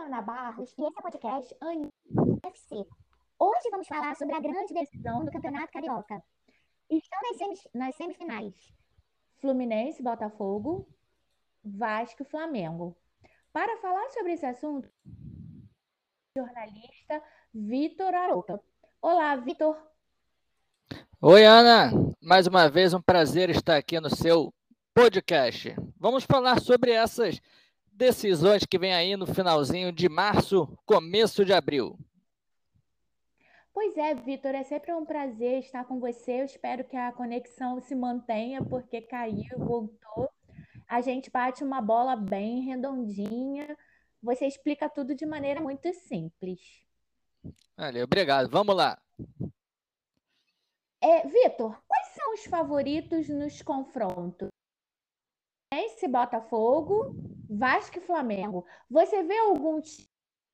Ana Barros e esse é o podcast ANIFC. Hoje vamos falar sobre a grande decisão do Campeonato Carioca. Estão nas semifinais Fluminense, Botafogo, Vasco e Flamengo. Para falar sobre esse assunto, o jornalista Vitor Arouca. Olá, Vitor. Oi, Ana. Mais uma vez um prazer estar aqui no seu podcast. Vamos falar sobre essas decisões que vem aí no finalzinho de março, começo de abril. Pois é, Vitor, é sempre um prazer estar com você. Eu espero que a conexão se mantenha, porque caiu, voltou. A gente bate uma bola bem redondinha. Você explica tudo de maneira muito simples. Valeu, obrigado. Vamos lá. Vitor, quais são os favoritos nos confrontos? Esse Botafogo, Vasco e Flamengo. Você vê algum time?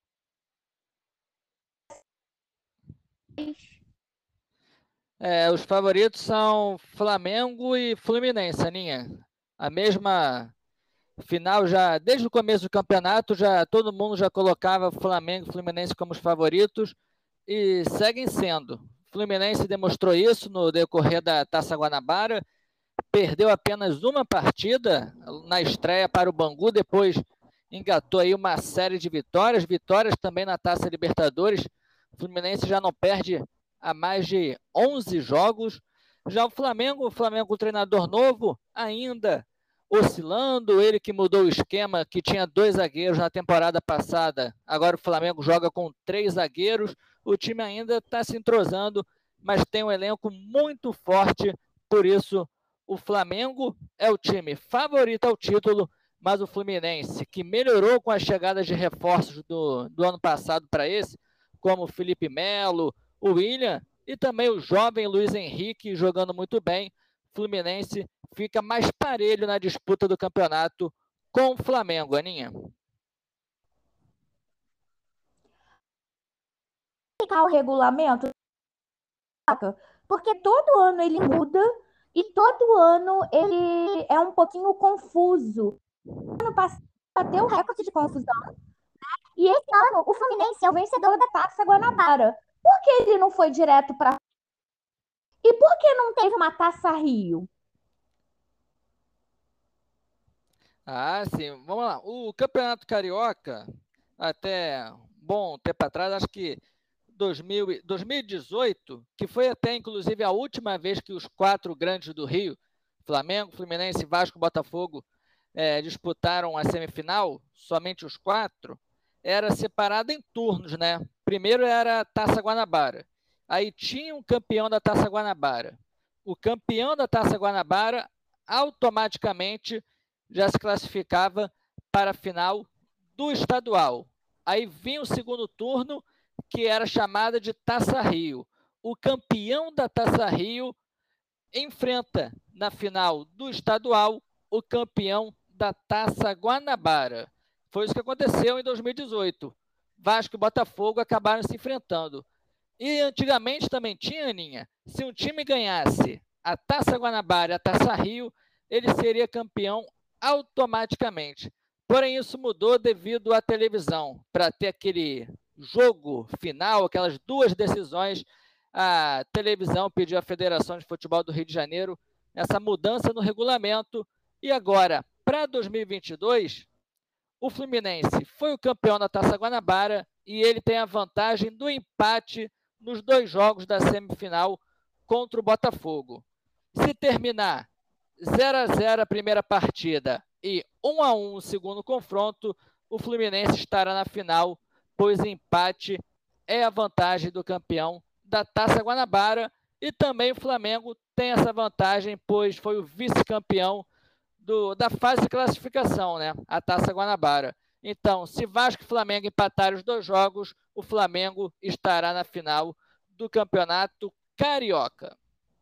Os favoritos são Flamengo e Fluminense, Aninha. A mesma final já, desde o começo do campeonato, já todo mundo já colocava Flamengo e Fluminense como os favoritos e seguem sendo. Fluminense demonstrou isso no decorrer da Taça Guanabara, perdeu apenas uma partida na estreia para o Bangu, depois engatou aí uma série de vitórias também na Taça Libertadores. O Fluminense já não perde há mais de 11 jogos. Já o Flamengo com treinador novo, ainda oscilando, ele que mudou o esquema, que tinha 2 zagueiros na temporada passada, agora o Flamengo joga com 3 zagueiros, o time ainda está se entrosando, mas tem um elenco muito forte, por isso o Flamengo é o time favorito ao título, mas o Fluminense, que melhorou com as chegadas de reforços do ano passado para esse, como o Felipe Melo, o William e também o jovem Luiz Henrique jogando muito bem, Fluminense fica mais parelho na disputa do campeonato com o Flamengo, Aninha. O regulamento, porque todo ano ele muda e todo ano ele é um pouquinho confuso. Ano passado bateu o recorde de confusão e esse ano o Fluminense é o vencedor da Taça Guanabara. Por que ele não foi direto para... E por que não teve uma Taça Rio? Ah, sim. Vamos lá. O Campeonato Carioca, até bom tempo atrás, acho que 2018, que foi até inclusive a última vez que os 4 grandes do Rio, Flamengo, Fluminense, Vasco, Botafogo, disputaram a semifinal, somente os 4, era separado em turnos, né? Primeiro era a Taça Guanabara. Aí tinha um campeão da Taça Guanabara. O campeão da Taça Guanabara automaticamente já se classificava para a final do estadual. Aí vinha o segundo turno, que era chamada de Taça Rio. O campeão da Taça Rio enfrenta na final do estadual o campeão da Taça Guanabara. Foi isso que aconteceu em 2018. Vasco e Botafogo acabaram se enfrentando. E antigamente também tinha, Aninha, se um time ganhasse a Taça Guanabara e a Taça Rio, ele seria campeão automaticamente. Porém, isso mudou devido à televisão. Para ter aquele jogo final, aquelas 2 decisões, a televisão pediu à Federação de Futebol do Rio de Janeiro essa mudança no regulamento. E agora, para 2022, o Fluminense foi o campeão da Taça Guanabara e ele tem a vantagem do empate nos 2 jogos da semifinal contra o Botafogo. Se terminar 0-0 a primeira partida e 1-1 o segundo confronto, o Fluminense estará na final, pois empate é a vantagem do campeão da Taça Guanabara e também o Flamengo tem essa vantagem, pois foi o vice-campeão da fase de classificação, né? A Taça Guanabara. Então, se Vasco e Flamengo empatarem os 2 jogos, o Flamengo estará na final do Campeonato Carioca.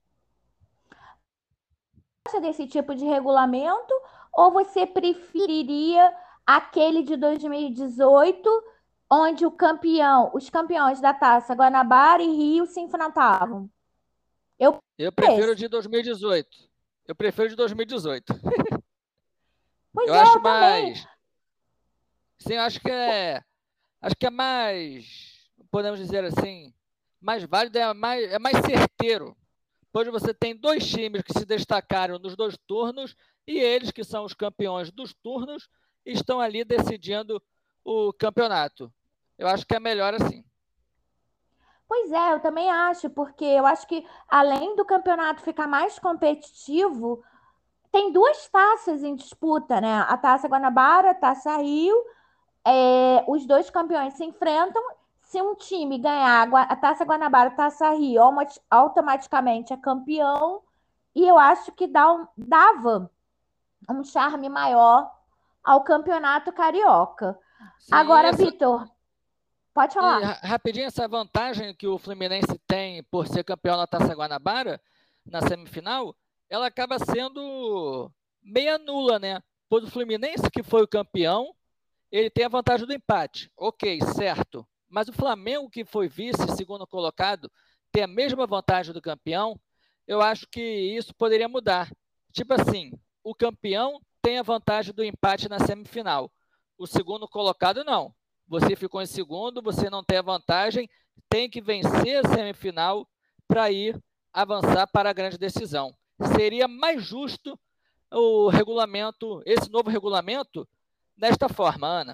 Você gosta desse tipo de regulamento ou você preferiria aquele de 2018, onde os campeões da Taça Guanabara e Rio se enfrentavam? Eu prefiro de 2018. Eu prefiro de 2018. Pois eu é, acho eu também. mais... Sim, eu acho que acho que é mais, podemos dizer assim, mais válido, é mais certeiro, pois você tem dois times que se destacaram nos 2 turnos e eles, que são os campeões dos turnos, estão ali decidindo o campeonato. Eu acho que é melhor assim. Pois é, eu também acho, porque eu acho que além do campeonato ficar mais competitivo, tem duas taças em disputa, né? A Taça Guanabara, a Taça Rio. Os dois campeões se enfrentam. Se um time ganhar a Taça Guanabara, a Taça Rio, automaticamente é campeão. E eu acho que dava um charme maior ao campeonato carioca. Sim, Agora, Vitor, pode falar. rapidinho, essa vantagem que o Fluminense tem por ser campeão da Taça Guanabara na semifinal, ela acaba sendo meia nula, né? Pois o Fluminense, que foi o campeão, ele tem a vantagem do empate. Ok, certo. Mas o Flamengo, que foi vice, segundo colocado, tem a mesma vantagem do campeão. Eu acho que isso poderia mudar. Tipo assim, o campeão tem a vantagem do empate na semifinal. O segundo colocado, não. Você ficou em segundo, você não tem a vantagem, tem que vencer a semifinal para ir avançar para a grande decisão. Seria mais justo o regulamento, esse novo regulamento, desta forma, Ana.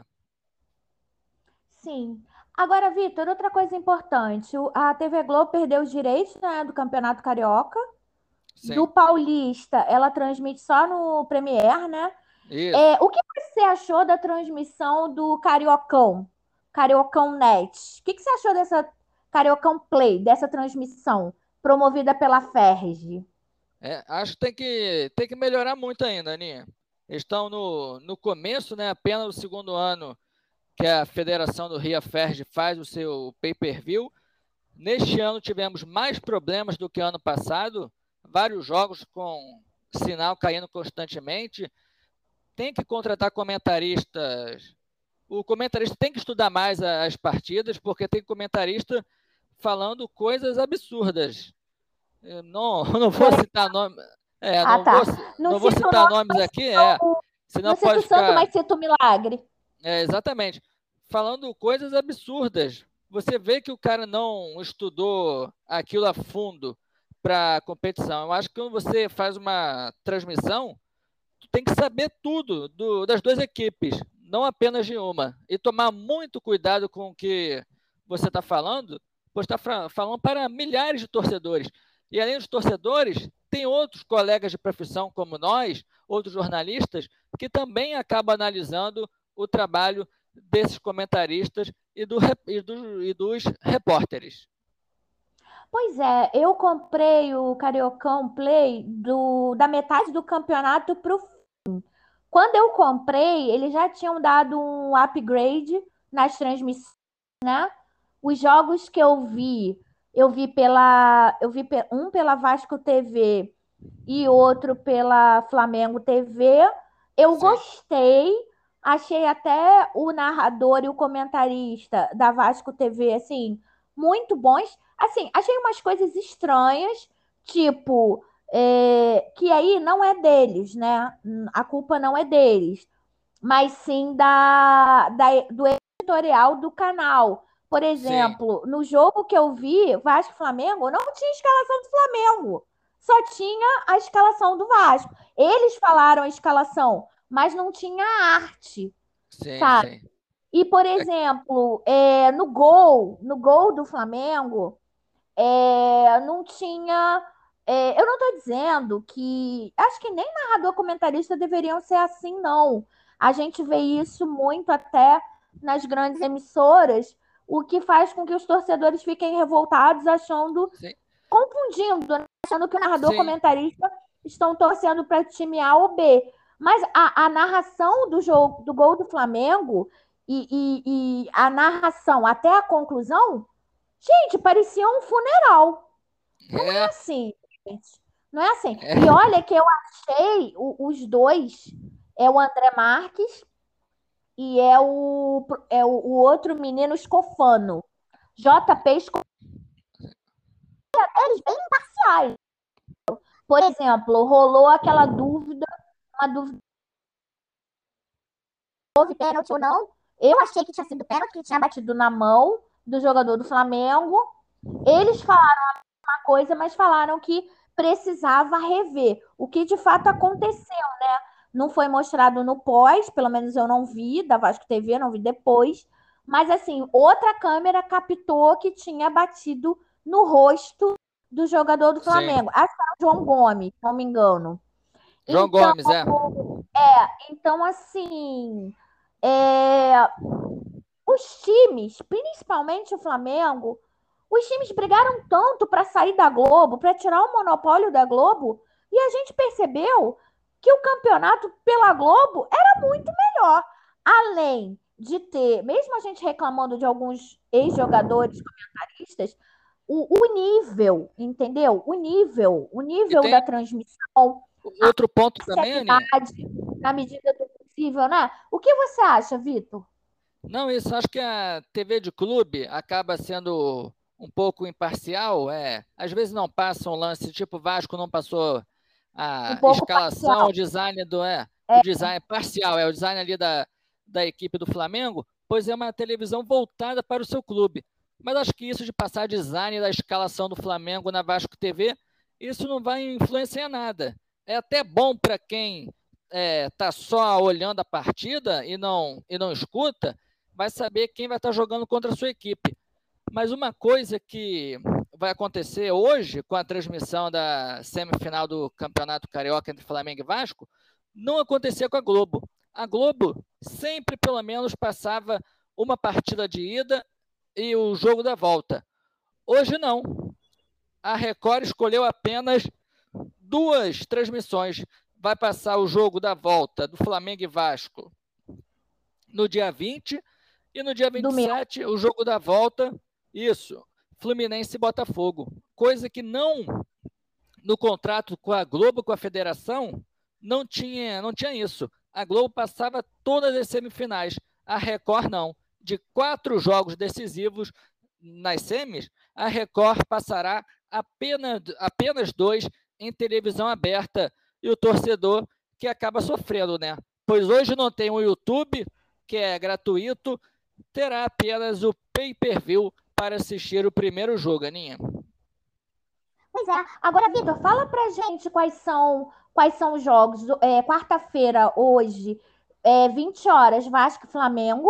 Sim. Agora, Vitor, outra coisa importante. A TV Globo perdeu os direitos, né, do Campeonato Carioca. Do Sim, Paulista, ela transmite só no Premiere, né? isso. O que você achou da transmissão do Cariocão? Cariocão Net. O que você achou dessa Cariocão Play, dessa transmissão promovida pela Ferg? Acho que tem que melhorar muito ainda, Aninha. Estão no começo, né, apenas o segundo ano que a Federação do Rio Ferg faz o seu pay-per-view. Neste ano tivemos mais problemas do que ano passado, vários jogos com sinal caindo constantemente. Tem que contratar comentaristas. O comentarista tem que estudar mais as partidas, porque tem comentarista falando coisas absurdas. Eu não vou citar nome, Ah, tá. Não não vou cito o citar nome, nomes mas aqui, senão não cito o pode santo, ficar, mas cito o milagre. exatamente, falando coisas absurdas. Você vê que o cara não estudou aquilo a fundo para a competição. Eu acho que quando você faz uma transmissão, tu tem que saber tudo das duas equipes, não apenas de uma, e tomar muito cuidado com o que você está falando, pois está falando para milhares de torcedores. E além dos torcedores, tem outros colegas de profissão como nós, outros jornalistas, que também acabam analisando o trabalho desses comentaristas e dos repórteres. Pois é, eu comprei o Cariocão Play da metade do campeonato pro. Quando eu comprei, eles já tinham dado um upgrade nas transmissões, né? Os jogos que um pela Vasco TV e outro pela Flamengo TV. Eu Sim, gostei, achei até o narrador e o comentarista da Vasco TV assim muito bons. Assim, achei umas coisas estranhas, tipo que aí não é deles, né? A culpa não é deles, mas sim do editorial do canal. Por sim, exemplo, no jogo que eu vi, Vasco e Flamengo, não tinha escalação do Flamengo. Só tinha a escalação do Vasco. Eles falaram a escalação, mas não tinha arte, sim, sabe? sim. E, por É, exemplo, no gol do Flamengo, não tinha. Eu não estou dizendo que. Acho que nem narrador comentarista deveriam ser assim, não. A gente vê isso muito até nas grandes emissoras, o que faz com que os torcedores fiquem revoltados, sim, confundindo, né? Achando que o narrador sim. comentarista estão torcendo para time A ou B. Mas a narração do jogo, do gol do Flamengo e a narração até a conclusão, gente, parecia um funeral. Não é É, assim, gente. Não é assim. é, E olha que eu achei os dois, é o André Marques e o outro menino Escofano. JP Escofano, eles bem imparciais. Por exemplo, rolou aquela dúvida, uma dúvida, houve pênalti ou não, Eu achei que tinha sido pênalti, que tinha batido na mão do jogador do Flamengo. Eles falaram uma coisa, mas falaram que precisava rever. O que de fato aconteceu, né? Não foi mostrado no pós, pelo menos eu não vi, da Vasco TV, não vi depois. Mas assim, outra câmera captou que tinha batido no rosto do jogador do Sim. Flamengo. Acho que era o João Gomes, se não me engano. João Então, Gomes, é. então assim, é, os times, principalmente o Flamengo, os times brigaram tanto para sair da Globo, para tirar o monopólio da Globo, e a gente percebeu que o campeonato pela Globo era muito melhor. Além de ter, mesmo a gente reclamando de alguns ex-jogadores, comentaristas, o nível, entendeu? O E nível tem da transmissão, a outro ponto também, Aninha. seriedade, na medida do possível, né? O que você acha, Vitor? Não, isso acho que a TV de clube acaba sendo um pouco imparcial. Às vezes não passa um lance, tipo o Vasco não passou Um a pouco escalação, parcial. o design É, o design parcial, o design ali da equipe do Flamengo, pois é uma televisão voltada para o seu clube. Mas acho que isso de passar design da escalação do Flamengo na Vasco TV, isso não vai influenciar nada. É até bom para quem está só olhando a partida e não escuta, vai saber quem vai estar jogando contra a sua equipe. Mas uma coisa que vai acontecer hoje com a transmissão da semifinal do Campeonato Carioca entre Flamengo e Vasco, não acontecia com a Globo. A Globo sempre, pelo menos, passava uma partida de ida e o jogo da volta. Hoje não. A Record escolheu apenas duas transmissões. Vai passar o jogo da volta do Flamengo e Vasco no dia 20 e no dia domingo. 27, o jogo da volta, isso, Fluminense e Botafogo. Coisa que não, no contrato com a Globo, com a federação, não tinha isso. A Globo passava todas as semifinais, a Record não. De 4 jogos decisivos nas semis, a Record passará apenas 2 em televisão aberta e o torcedor que acaba sofrendo, né? Pois hoje não tem o YouTube, que é gratuito, terá apenas o pay-per-view para assistir o primeiro jogo, Aninha. Pois é. Agora, Vitor, fala pra gente quais são os jogos. Quarta-feira, hoje, 20 horas, Vasco e Flamengo.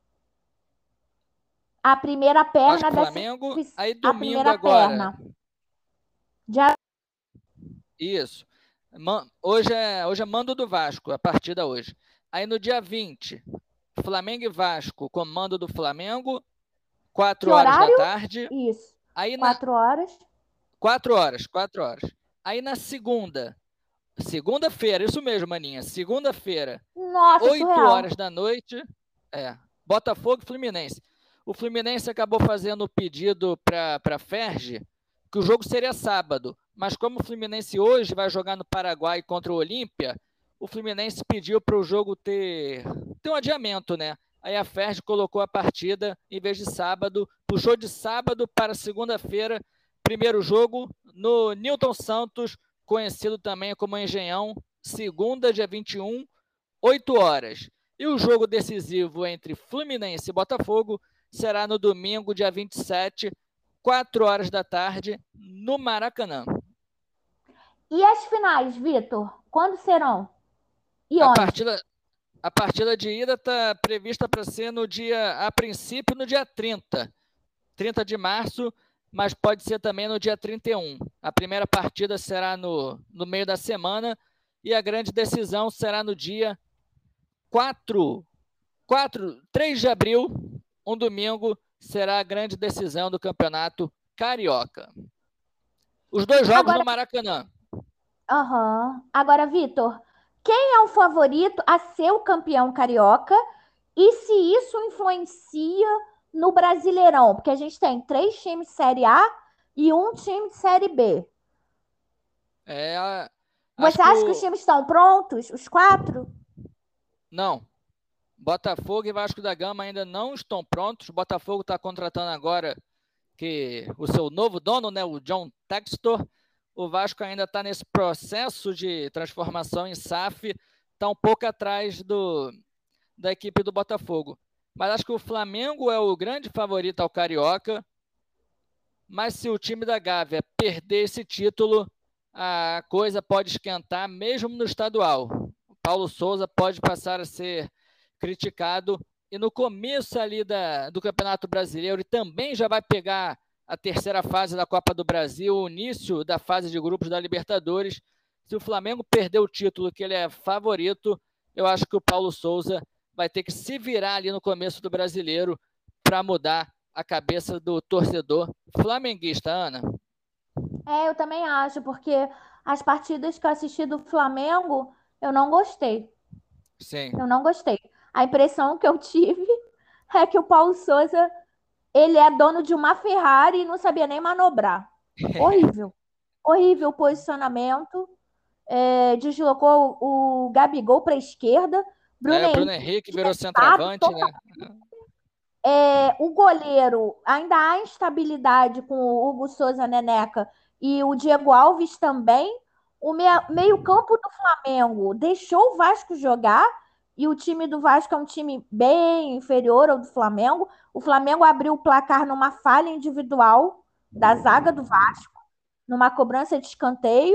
A primeira Vasco perna e Flamengo, aí a domingo primeira agora, perna. Já isso. Hoje é mando do Vasco, a partida hoje. Aí no dia 20, Flamengo e Vasco, comando do Flamengo, 4 que horas da horário? tarde. Isso. Aí na 4 horas. 4 horas, 4 horas. Aí na segunda-feira, isso mesmo, Maninha, segunda-feira, Nossa, 8 surreal. horas da noite, Botafogo e Fluminense. O Fluminense acabou fazendo o pedido para a Ferge que o jogo seria sábado, mas como o Fluminense hoje vai jogar no Paraguai contra o Olímpia, o Fluminense pediu para o jogo ter um adiamento, né? Aí a Ferge colocou a partida, em vez de sábado, puxou de sábado para segunda-feira, primeiro jogo no Newton Santos, conhecido também como Engenhão, segunda, dia 21, 8 horas. E o jogo decisivo entre Fluminense e Botafogo será no domingo, dia 27, 4 horas da tarde, no Maracanã. E as finais, Vitor? Quando serão? E A onde? partida, a partida de ida está prevista para ser a princípio, no dia 30 de março, mas pode ser também no dia 31. A primeira partida será no meio da semana e a grande decisão será no dia 3 de abril, um domingo, será a grande decisão do Campeonato Carioca. Os 2 jogos Agora, no Maracanã. Agora, Vitor, quem é o favorito a ser o campeão carioca? E se isso influencia no Brasileirão? Porque a gente tem 3 times de Série A e um time de Série B. Acho Você que acha que os times estão prontos? Os 4? Não. Botafogo e Vasco da Gama ainda não estão prontos. O Botafogo está contratando agora o seu novo dono, né, o John Textor. O Vasco ainda está nesse processo de transformação em SAF, está um pouco atrás da equipe do Botafogo. mas acho que o Flamengo é o grande favorito ao Carioca. Mas se o time da Gávea perder esse título, a coisa pode esquentar mesmo no estadual. O Paulo Souza pode passar a ser criticado e no começo ali do Campeonato Brasileiro ele também já vai pegar a terceira fase da Copa do Brasil, o início da fase de grupos da Libertadores. Se o Flamengo perder o título, que ele é favorito, eu acho que o Paulo Souza vai ter que se virar ali no começo do Brasileiro para mudar a cabeça do torcedor flamenguista, Ana. Eu também acho, porque as partidas que eu assisti do Flamengo, eu não gostei. Sim. Eu não gostei. A impressão que eu tive é que o Paulo Souza, ele é dono de uma Ferrari e não sabia nem manobrar. Horrível. Horrível o posicionamento. Deslocou o Gabigol para a esquerda. Bruno O Bruno Henrique Henrique virou centroavante, né? O goleiro, ainda há instabilidade com o Hugo Souza Neneca e o Diego Alves também. O meio-campo do Flamengo deixou o Vasco jogar e o time do Vasco é um time bem inferior ao do Flamengo. O Flamengo abriu o placar numa falha individual da zaga do Vasco, numa cobrança de escanteio,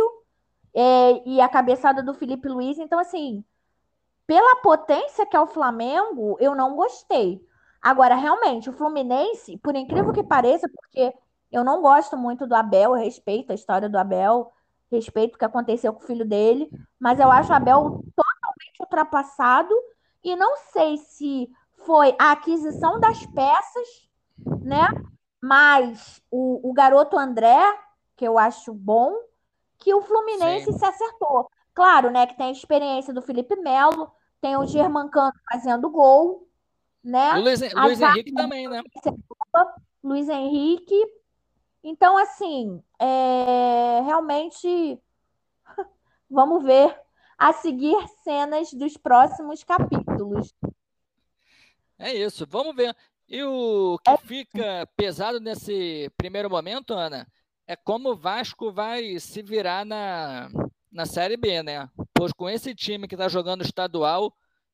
e a cabeçada do Felipe Luiz. Então, assim, pela potência que é o Flamengo, eu não gostei. Agora, realmente, o Fluminense, por incrível que pareça, porque eu não gosto muito do Abel, eu respeito a história do Abel, respeito o que aconteceu com o filho dele, mas eu acho o Abel totalmente ultrapassado e não sei se foi a aquisição das peças, né? Mas o garoto André, que eu acho bom, que o Sim. Fluminense se acertou. Claro, né, que tem a experiência do Felipe Melo, tem o Germancano fazendo gol, E o né? A Luiz zaga Henrique também, né? Luiz Henrique. Então, assim, realmente vamos ver a seguir cenas dos próximos capítulos. É isso, vamos ver. E o que fica pesado nesse primeiro momento, Ana, é como o Vasco vai se virar na Série B, né? Pois com esse time que está jogando estadual,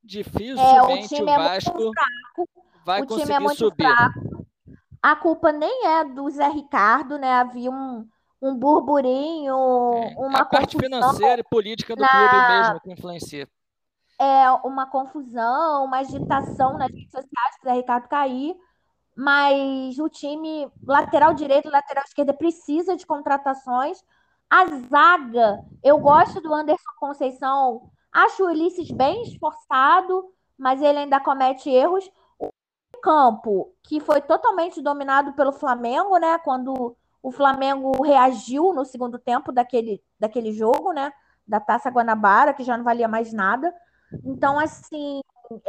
O dificilmente o time é muito Vasco fraco, vai o time é conseguir muito subir. fraco. A culpa nem é do Zé Ricardo, né? Havia um burburinho, É a uma parte confusão financeira e política do clube na mesmo que influencia. uma confusão, uma agitação nas redes sociais para o Ricardo cair, mas o time lateral direito e lateral esquerda precisa de contratações. A zaga, eu gosto do Anderson Conceição, acho o Ulisses bem esforçado, mas ele ainda comete erros. O campo, que foi totalmente dominado pelo Flamengo, né? Quando o Flamengo reagiu no segundo tempo daquele jogo, né? Da Taça Guanabara, que já não valia mais nada. Então, assim,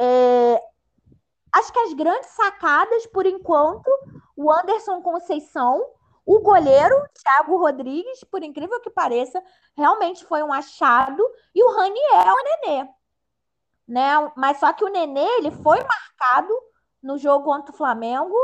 acho que as grandes sacadas, por enquanto, o Anderson Conceição, o goleiro, Thiago Rodrigues, por incrível que pareça, realmente foi um achado, e o Raniel Nenê, né? Mas só que o Nenê, ele foi marcado no jogo contra o Flamengo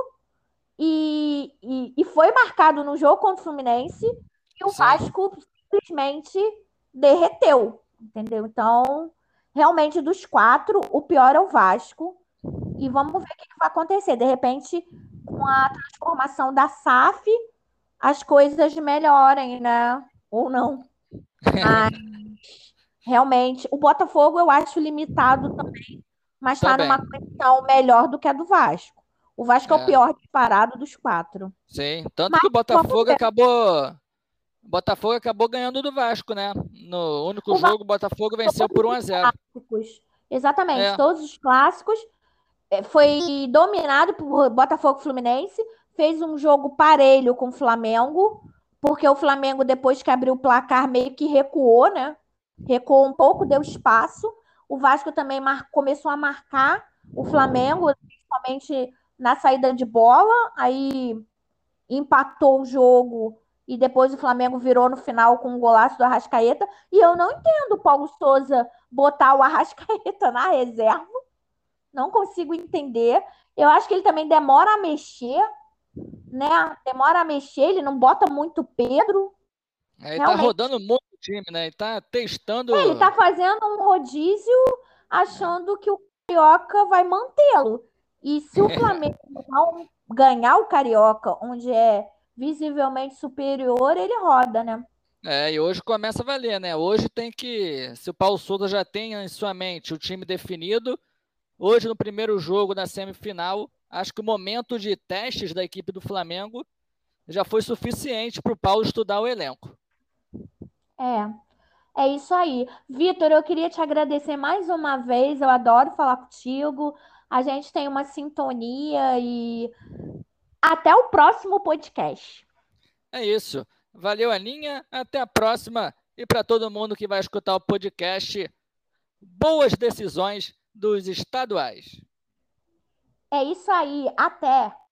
e foi marcado no jogo contra o Fluminense e o Sim. Vasco simplesmente derreteu, entendeu? Então, realmente, dos quatro, o pior é o Vasco. E vamos ver o que vai acontecer. De repente, com a transformação da SAF, as coisas melhorem, né? Ou não. Mas, realmente, o Botafogo eu acho limitado também, mas está Também. numa condição melhor do que a do Vasco. O Vasco é o É, pior disparado dos quatro. sim. Tanto Mas que o vamos Botafogo ver. acabou. O Botafogo acabou ganhando do Vasco, né? No único O Vasco jogo, o Botafogo venceu por todos 1 os a 0. clássicos. Exatamente, É, todos os clássicos. Foi dominado por Botafogo e Fluminense. Fez um jogo parelho com o Flamengo, porque o Flamengo, depois que abriu o placar, meio que recuou, né? Recuou um pouco, deu espaço. O Vasco também começou a marcar o Flamengo, principalmente na saída de bola. Aí empatou o jogo e depois o Flamengo virou no final com um golaço do Arrascaeta. E eu não entendo o Paulo Souza botar o Arrascaeta na reserva. Não consigo entender. Eu acho que ele também demora a mexer, né? Demora a mexer, ele não bota muito Pedro. ele tá Realmente, rodando muito o time, né? Ele tá testando. ele tá fazendo um rodízio achando que o Carioca vai mantê-lo. E se o Flamengo não ganhar o Carioca, onde é visivelmente superior, ele roda, né? E hoje começa a valer, né? Hoje tem que, se o Paulo Souza já tem em sua mente o time definido, hoje no primeiro jogo da semifinal, acho que o momento de testes da equipe do Flamengo já foi suficiente para o Paulo estudar o elenco. É isso aí. Vitor, eu queria te agradecer mais uma vez. Eu adoro falar contigo. A gente tem uma sintonia e até o próximo podcast. É isso. Valeu, Aninha. Até a próxima. E para todo mundo que vai escutar o podcast, boas decisões dos estaduais. É isso aí. Até.